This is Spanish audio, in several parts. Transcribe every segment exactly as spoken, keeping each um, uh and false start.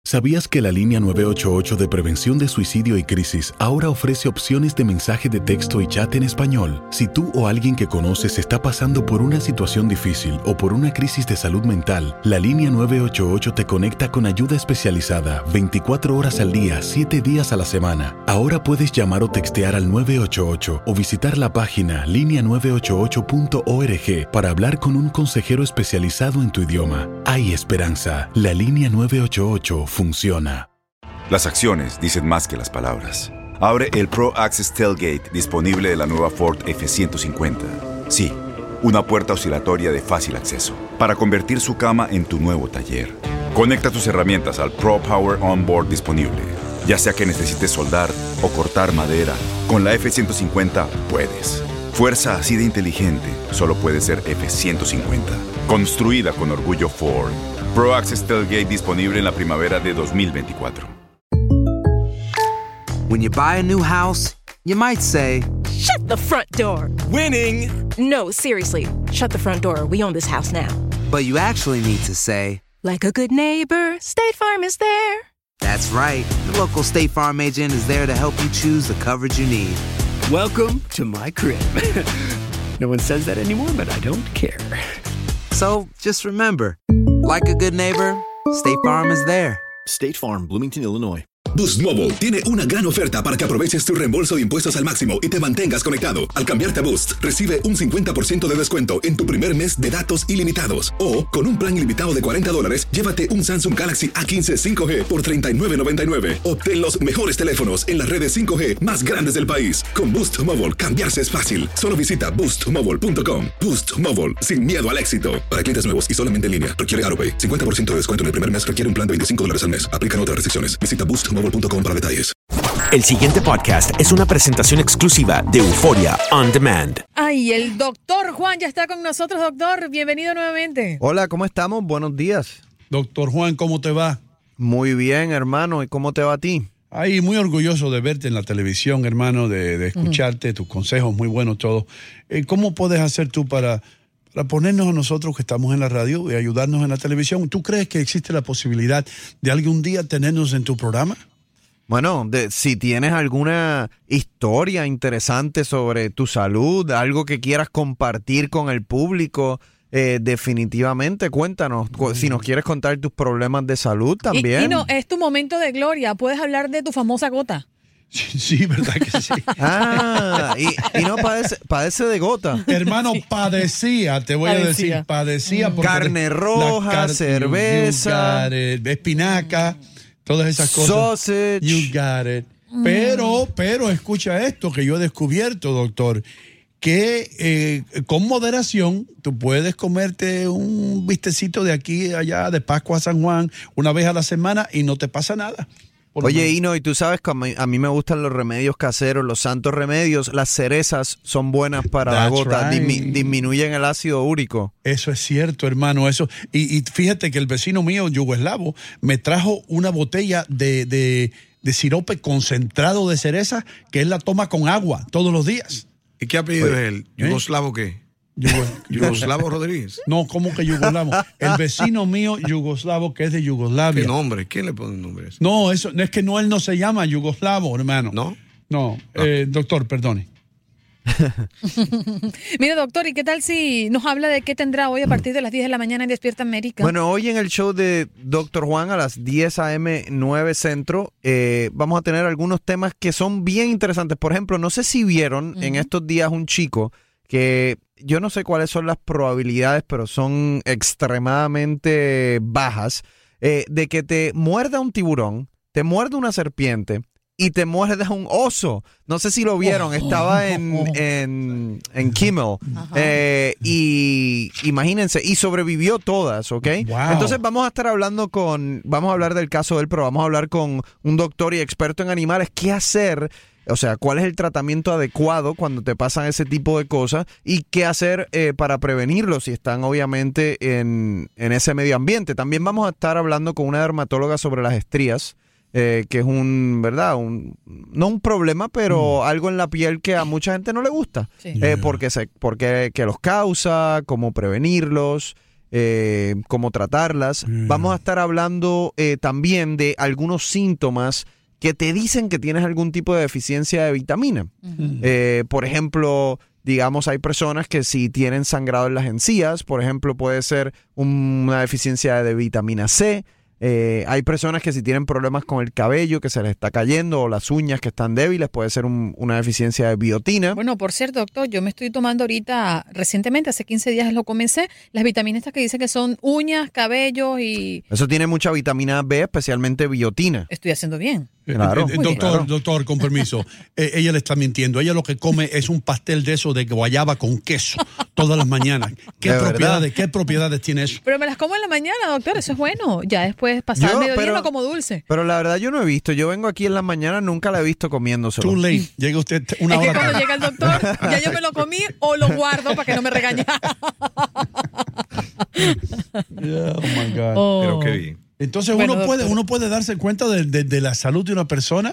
¿Sabías que la línea nueve ocho ocho de prevención de suicidio y crisis ahora ofrece opciones de mensaje de texto y chat en español? Si tú o alguien que conoces está pasando por una situación difícil o por una crisis de salud mental, la línea nueve ocho ocho te conecta con ayuda especializada veinticuatro horas al día, siete días a la semana. Ahora puedes llamar o textear al nueve ocho ocho o visitar la página línea nueve ocho ocho punto org para hablar con un consejero especializado en tu idioma. Hay esperanza. La línea nueve ocho ocho funciona. Las acciones dicen más que las palabras. Abre el Pro Access Tailgate disponible de la nueva Ford F ciento cincuenta. Sí, una puerta oscilatoria de fácil acceso para convertir su cama en tu nuevo taller. Conecta tus herramientas al Pro Power Onboard disponible. Ya sea que necesites soldar o cortar madera, con la F ciento cincuenta puedes. Fuerza así de inteligente solo puede ser F ciento cincuenta. Construida con orgullo Ford. Pro Access Tailgate disponible en la primavera de dos mil veinticuatro. When you buy a new house, you might say, "Shut the front door." Winning! No, seriously. Shut the front door. We own this house now. But you actually need to say, like a good neighbor, State Farm is there. That's right. The local State Farm agent is there to help you choose the coverage you need. Welcome to my crib. No one says that anymore, but I don't care. So, just remember, like a good neighbor, State Farm is there. State Farm, Bloomington, Illinois. Boost Mobile tiene una gran oferta para que aproveches tu reembolso de impuestos al máximo y te mantengas conectado. Al cambiarte a Boost, recibe un cincuenta por ciento de descuento en tu primer mes de datos ilimitados. O, con un plan ilimitado de cuarenta dólares, llévate un Samsung Galaxy A quince cinco G por treinta y nueve noventa y nueve. Obtén los mejores teléfonos en las redes cinco G más grandes del país. Con Boost Mobile, cambiarse es fácil. Solo visita boost mobile punto com. Boost Mobile, sin miedo al éxito. Para clientes nuevos y solamente en línea, requiere AutoPay. cincuenta por ciento de descuento en el primer mes requiere un plan de veinticinco dólares al mes. Aplican otras restricciones. Visita boost mobile punto com para detalles. El siguiente podcast es una presentación exclusiva de Euforia On Demand. Ay, el doctor Juan ya está con nosotros, doctor. Bienvenido nuevamente. Hola, ¿cómo estamos? Buenos días. Doctor Juan, ¿cómo te va? Muy bien, hermano. ¿Y cómo te va a ti? Ay, muy orgulloso de verte en la televisión, hermano, de, de escucharte, uh-huh. tus consejos muy buenos, todo. Eh, ¿Cómo puedes hacer tú para, para ponernos a nosotros que estamos en la radio y ayudarnos en la televisión? ¿Tú crees que existe la posibilidad de algún día tenernos en tu programa? Bueno, de, si tienes alguna historia interesante sobre tu salud, algo que quieras compartir con el público, eh, definitivamente cuéntanos. Mm. Si nos quieres contar tus problemas de salud también. Y, y no, es tu momento de gloria. Puedes hablar de tu famosa gota. Sí, sí, verdad que sí. Ah, y, y no padece, padece de gota. Hermano, padecía, te voy padecía. a decir, padecía. Mm. Carne roja, car- cerveza. You, you espinaca. Todas esas cosas. Sausage. You got it. Mm. Pero, pero escucha esto que yo he descubierto, doctor, que eh, con moderación tú puedes comerte un bistecito de aquí a allá, de Pascua a San Juan, una vez a la semana y no te pasa nada. Oye, Hino, y tú sabes que a mí, a mí me gustan los remedios caseros, los santos remedios. Las cerezas son buenas para That's la gota, right. Dismi- disminuyen el ácido úrico. Eso es cierto, hermano. Eso y, y fíjate que el vecino mío, yugoslavo, me trajo una botella de, de, de sirope concentrado de cereza que él la toma con agua todos los días. ¿Y qué apellido Oye, es él? ¿Yugoslavo ¿eh? qué? ¿Yugoslavo Rodríguez? No, ¿cómo que yugoslavo? El vecino mío yugoslavo que es de Yugoslavia. ¿Qué nombre? ¿Quién le pone el nombre a eso? No, eso, es que no, él no se llama yugoslavo, hermano. ¿No? No, ah. eh, doctor, perdone. Mira, doctor, ¿y qué tal si nos habla de qué tendrá hoy a partir de las diez de la mañana en Despierta América? Bueno, hoy en el show de doctor Juan a las diez a eme nueve Centro eh, vamos a tener algunos temas que son bien interesantes. Por ejemplo, no sé si vieron uh-huh. en estos días un chico que yo no sé cuáles son las probabilidades, pero son extremadamente bajas, eh, de que te muerda un tiburón, te muerda una serpiente y te muerda un oso. No sé si lo vieron, estaba en, en, en Kimmel. Eh, y imagínense, y sobrevivió todas, ¿ok? Wow. Entonces vamos a estar hablando con, vamos a hablar del caso de él, pero vamos a hablar con un doctor y experto en animales. ¿Qué hacer? O sea, ¿cuál es el tratamiento adecuado cuando te pasan ese tipo de cosas? Y qué hacer eh, para prevenirlo si están obviamente en, en ese medio ambiente. También vamos a estar hablando con una dermatóloga sobre las estrías, eh, que es un, ¿verdad? Un, no un problema, pero mm. algo en la piel que a mucha gente no le gusta. Sí. Eh, porque, se, porque que los causa, cómo prevenirlos. eh, cómo tratarlas. Mm. Vamos a estar hablando eh, también de algunos síntomas que te dicen que tienes algún tipo de deficiencia de vitamina. Uh-huh. Eh, por ejemplo, digamos, hay personas que si tienen sangrado en las encías, por ejemplo, puede ser un, una deficiencia de vitamina C. Eh, hay personas que si tienen problemas con el cabello, que se les está cayendo, o las uñas que están débiles, puede ser un, una deficiencia de biotina. Bueno, por cierto, doctor, yo me estoy tomando ahorita, recientemente, hace quince días lo comencé, las vitaminas estas que dicen que son uñas, cabello y... Eso tiene mucha vitamina B, especialmente biotina. Estoy haciendo bien. Claro. Eh, eh, doctor, claro. doctor, con permiso, eh, ella le está mintiendo. Ella lo que come es un pastel de eso de guayaba con queso todas las mañanas. ¿Qué propiedades, ¿Qué propiedades tiene eso? Pero me las como en la mañana, doctor, eso es bueno. Ya después, pasar el mediodía, no como dulce. Pero la verdad yo no he visto. Yo vengo aquí en la mañana, nunca la he visto comiéndoselo. Too late. Llega usted una es hora. Es que cuando llega el doctor, ya yo me lo comí o lo guardo para que no me regañe. Yeah, oh my God. Oh. Pero qué bien. Entonces bueno, uno puede doctor. uno puede darse cuenta de, de, de la salud de una persona.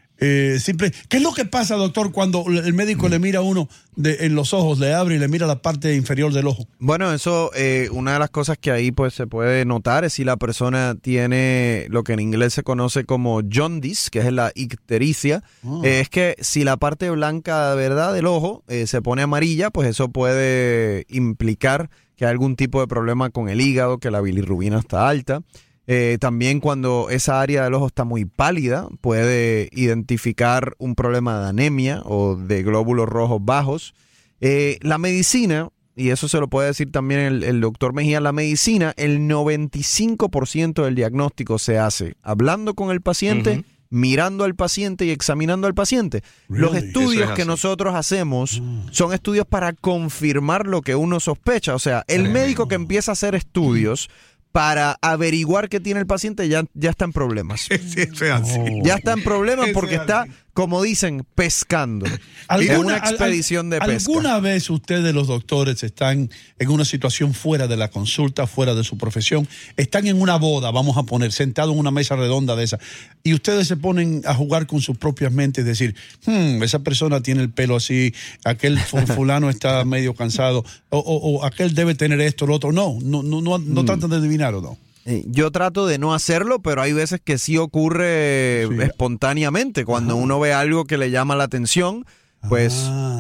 Eh, simple. ¿Qué es lo que pasa, doctor, cuando el médico mm. le mira a uno de, en los ojos, le abre y le mira la parte inferior del ojo? Bueno, eso, eh, una de las cosas que ahí pues se puede notar es si la persona tiene lo que en inglés se conoce como jaundice, que es la ictericia. Oh. Eh, es que si la parte blanca, ¿verdad?, del ojo eh, se pone amarilla, pues eso puede implicar que hay algún tipo de problema con el hígado, que la bilirrubina está alta. Eh, también cuando esa área del ojo está muy pálida, puede identificar un problema de anemia o de glóbulos rojos bajos. Eh, la medicina, y eso se lo puede decir también el, el doctor Mejía, la medicina, el noventa y cinco por ciento del diagnóstico se hace hablando con el paciente, uh-huh. mirando al paciente y examinando al paciente. Really? Los estudios que nosotros hacemos mm. son estudios para confirmar lo que uno sospecha. O sea, el Tremendo. médico que empieza a hacer estudios para averiguar qué tiene el paciente ya, ya está en problemas. Sí, eso es así. Oh. Ya está en problemas porque está, como dicen, pescando. En una expedición de pesca. ¿Alguna vez ustedes, los doctores, están en una situación fuera de la consulta, fuera de su profesión? Están en una boda, vamos a poner, sentados en una mesa redonda de esa, y ustedes se ponen a jugar con sus propias mentes y decir, hmm, esa persona tiene el pelo así, aquel fulano está medio cansado, o, o, o aquel debe tener esto, lo otro. No, no, no, no, no mm. tratan de adivinar, ¿o no? Yo trato de no hacerlo, pero hay veces que sí ocurre sí. espontáneamente. Cuando Ajá. uno ve algo que le llama la atención, pues ah.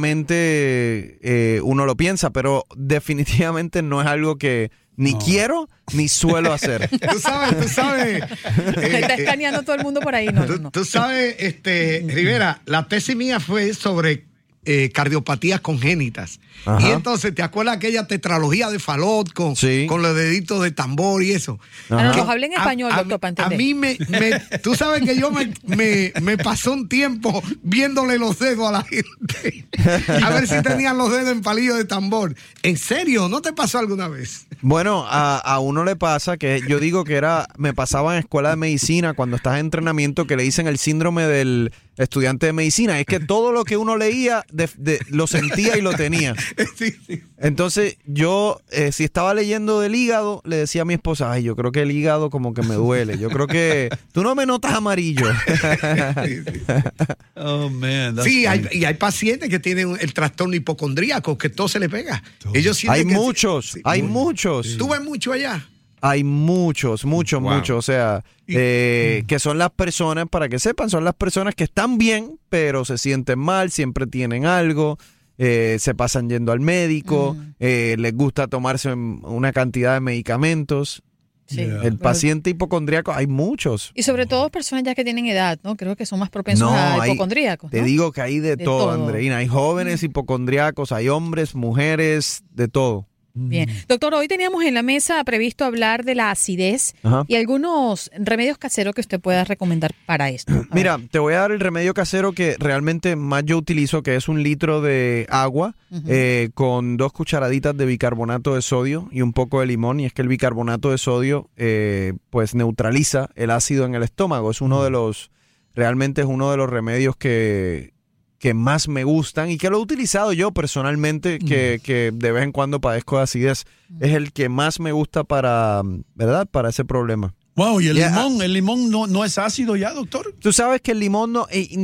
obviamente eh, uno lo piensa, pero definitivamente no es algo que ni no. quiero ni suelo hacer. Tú sabes, tú sabes. Eh, está escaneando todo el mundo por ahí. No, tú, no. tú sabes, este, Rivera, la tesis mía fue sobre Eh, cardiopatías congénitas. Ajá. Y entonces, ¿te acuerdas aquella tetralogía de Fallot con, sí. con los deditos de tambor y eso? Ajá. No, nos hablé en español, a, doctor, para a, a mí me, me... Tú sabes que yo me, me, me pasó un tiempo viéndole los dedos a la gente. A ver si tenían los dedos en palillo de tambor. ¿En serio? ¿No te pasó alguna vez? Bueno, a, a uno le pasa que yo digo que era... Me pasaba en escuela de medicina cuando estás en entrenamiento que le dicen el síndrome del estudiante de medicina. Es que todo lo que uno leía de, de, lo sentía y lo tenía. Sí, sí. Entonces yo, eh, si estaba leyendo del hígado, le decía a mi esposa, ay, yo creo que el hígado como que me duele. Yo creo que tú no me notas amarillo. Sí, sí. Oh, man. Sí, hay, y hay pacientes que tienen el trastorno hipocondríaco, que todo se le pega. Ellos hay que muchos, sí, hay sí. muchos. ¿Tú ves mucho allá? Hay muchos, muchos, wow. muchos. O sea, eh, que son las personas, para que sepan, son las personas que están bien, pero se sienten mal, siempre tienen algo, eh, se pasan yendo al médico, mm. eh, les gusta tomarse una cantidad de medicamentos. Sí. El paciente hipocondríaco, hay muchos. Y sobre todo personas ya que tienen edad, ¿no? Creo que son más propensos no, a hipocondríacos. Te ¿no? digo que hay de, de todo, todo, Andreina. Hay jóvenes mm. hipocondríacos, hay hombres, mujeres, de todo. Bien. Doctor, hoy teníamos en la mesa previsto hablar de la acidez Ajá. y algunos remedios caseros que usted pueda recomendar para esto. A Mira, ver. te voy a dar el remedio casero que realmente más yo utilizo, que es un litro de agua uh-huh. eh, con dos cucharaditas de bicarbonato de sodio y un poco de limón. Y es que el bicarbonato de sodio eh, pues neutraliza el ácido en el estómago. Es uno de los, realmente es uno de los remedios que... que más me gustan y que lo he utilizado yo personalmente, que, que de vez en cuando padezco de acidez. Es el que más me gusta para, ¿verdad? Para ese problema. Wow, ¿y el yeah. limón? ¿El limón no, no es ácido ya, doctor? Tú sabes que el limón no... Eh, yo,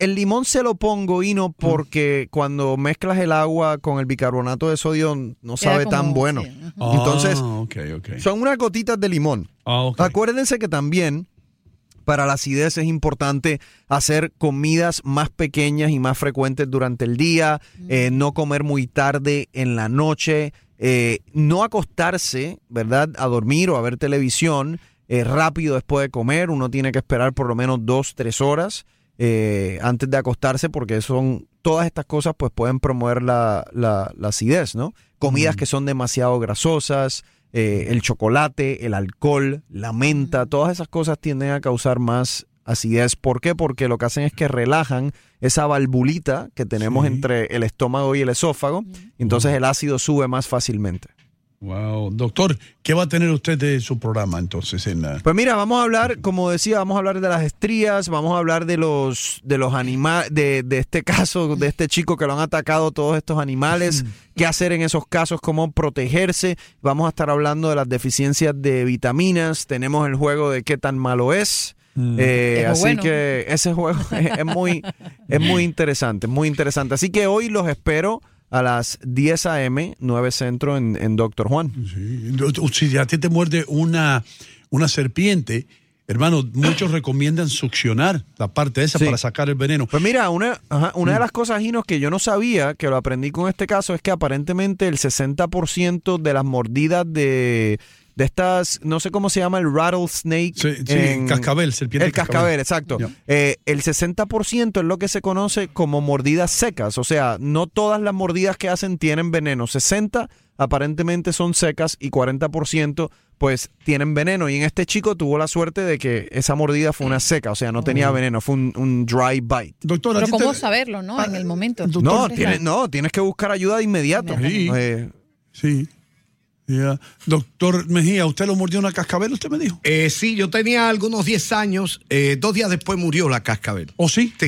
el limón se lo pongo, Hino, porque mm. cuando mezclas el agua con el bicarbonato de sodio no Queda sabe como, tan bueno. Sí. Uh-huh. Entonces, ah, okay, okay. son unas gotitas de limón. Ah, okay. Acuérdense que también para la acidez es importante hacer comidas más pequeñas y más frecuentes durante el día, mm. eh, no comer muy tarde en la noche, eh, no acostarse, ¿verdad?, a dormir o a ver televisión eh, rápido después de comer. Uno tiene que esperar por lo menos dos, tres horas eh, antes de acostarse, porque son todas estas cosas pues pueden promover la, la, la acidez, ¿no? Comidas mm. que son demasiado grasosas, Eh, el chocolate, el alcohol, la menta, todas esas cosas tienden a causar más acidez. ¿Por qué? Porque lo que hacen es que relajan esa valvulita que tenemos sí. entre el estómago y el esófago, y entonces el ácido sube más fácilmente. Wow, doctor, ¿qué va a tener usted de su programa entonces? En la... Pues mira, vamos a hablar, como decía, vamos a hablar de las estrías, vamos a hablar de los de los animales, de, de este caso, de este chico que lo han atacado todos estos animales, qué hacer en esos casos, cómo protegerse. Vamos a estar hablando de las deficiencias de vitaminas, tenemos el juego de qué tan malo es. Mm. Eh, así bueno. que ese juego es, es muy es muy interesante, muy interesante. Así que hoy los espero a las diez a.m., nueve Centro en, en Doctor Juan. Sí. Si a ti te muerde una, una serpiente, hermano, muchos recomiendan succionar la parte esa sí. para sacar el veneno. Pues mira, una, ajá, una mm. de las cosas, Ginos, que yo no sabía, que lo aprendí con este caso, es que aparentemente el sesenta por ciento de las mordidas de... de estas, no sé cómo se llama, el rattlesnake. Sí, sí en, cascabel, serpiente El cascabel, cascabel exacto. Yeah. Eh, el sesenta por ciento es lo que se conoce como mordidas secas. O sea, no todas las mordidas que hacen tienen veneno. sesenta aparentemente son secas y cuarenta por ciento pues tienen veneno. Y en este chico tuvo la suerte de que esa mordida fue una seca, o sea, no tenía veneno, fue un, un dry bite. Doctora, pero ¿cómo te... saberlo, no? Ah, en el momento. No, tienes, no, tienes que buscar ayuda de inmediato. Sí. Eh, sí. Yeah. Doctor Mejía, ¿usted lo mordió una cascabel? ¿Usted me dijo? Eh, sí, yo tenía algunos diez años. Eh, dos días después murió la cascabel. ¿Oh, sí? Sí.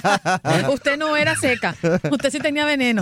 Usted no era seca. Usted sí tenía veneno.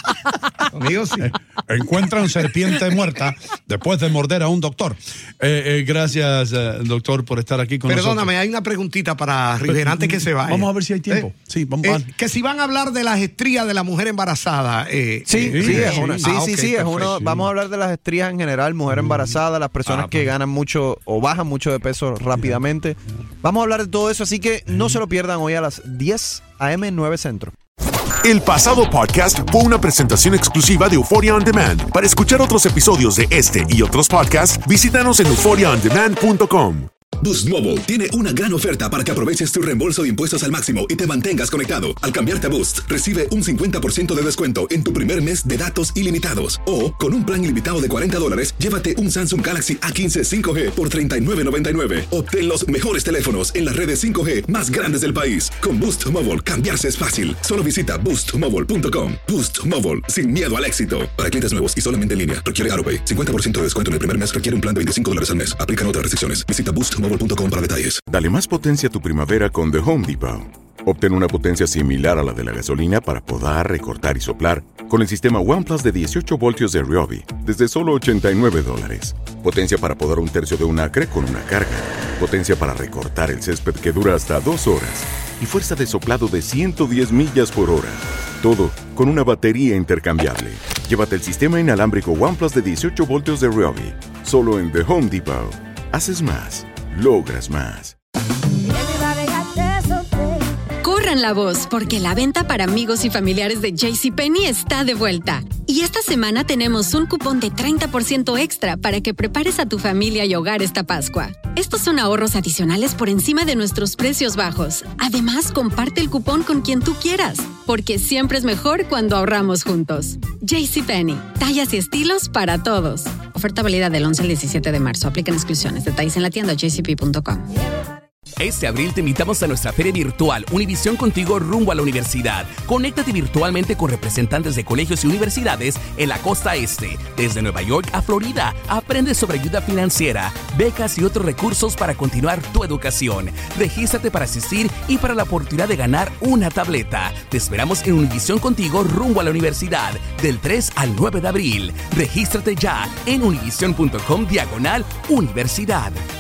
Conmigo sí. Eh, encuentran serpiente muerta después de morder a un doctor. Eh, eh, gracias, eh, doctor, por estar aquí con Perdóname, nosotros. Perdóname, hay una preguntita para Rivera antes que se vaya. Vamos a ver si hay tiempo. Eh, sí, vamos eh, a... Que si van a hablar de las estrías de la mujer embarazada. Eh, sí, eh, sí, eh, es una. Sí, ah, sí, okay, sí, es uno. Sí. Vamos a hablar de las estrías en general, mujer embarazada, las personas ah, que ganan mucho o bajan mucho de peso rápidamente. Vamos a hablar de todo eso, así que no se lo pierdan hoy a las diez a.m. nueve Centro. El pasado podcast fue una presentación exclusiva de Euphoria On Demand. Para escuchar otros episodios de este y otros podcasts, visítanos en euphoria on demand punto com. Boost Mobile tiene una gran oferta para que aproveches tu reembolso de impuestos al máximo y te mantengas conectado. Al cambiarte a Boost, recibe un cincuenta por ciento de descuento en tu primer mes de datos ilimitados. O, con un plan ilimitado de cuarenta dólares, llévate un Samsung Galaxy A quince cinco G por treinta y nueve noventa y nueve. Obtén los mejores teléfonos en las redes cinco G más grandes del país. Con Boost Mobile, cambiarse es fácil. Solo visita boost mobile punto com. Boost Mobile, sin miedo al éxito. Para clientes nuevos y solamente en línea, requiere AutoPay. cincuenta por ciento de descuento en el primer mes requiere un plan de veinticinco dólares al mes. Aplican otras restricciones. Visita boost mobile punto com para detalles. Dale más potencia a tu primavera con The Home Depot. Obtén una potencia similar a la de la gasolina para podar, recortar y soplar con el sistema OnePlus de dieciocho voltios de Ryobi desde solo ochenta y nueve dólares. Potencia para podar un tercio de un acre con una carga. Potencia para recortar el césped que dura hasta dos horas. Y fuerza de soplado de ciento diez millas por hora. Todo con una batería intercambiable. Llévate el sistema inalámbrico OnePlus de dieciocho voltios de Ryobi. Solo en The Home Depot. Haces más. Logras más. Corran la voz, porque la venta para amigos y familiares de JCPenney está de vuelta. Y esta semana tenemos un cupón de treinta por ciento extra para que prepares a tu familia y hogar esta Pascua. Estos son ahorros adicionales por encima de nuestros precios bajos. Además, comparte el cupón con quien tú quieras, porque siempre es mejor cuando ahorramos juntos. JCPenney, tallas y estilos para todos. Oferta válida del once al diecisiete de marzo. Aplican exclusiones. Detalles en la tienda j c p punto com. Este abril te invitamos a nuestra feria virtual Univisión Contigo rumbo a la universidad. Conéctate virtualmente con representantes de colegios y universidades en la costa este. Desde Nueva York a Florida, aprende sobre ayuda financiera, becas y otros recursos para continuar tu educación. Regístrate para asistir y para la oportunidad de ganar una tableta. Te esperamos en Univisión Contigo rumbo a la universidad del tres al nueve de abril. Regístrate ya en univision punto com diagonal universidad.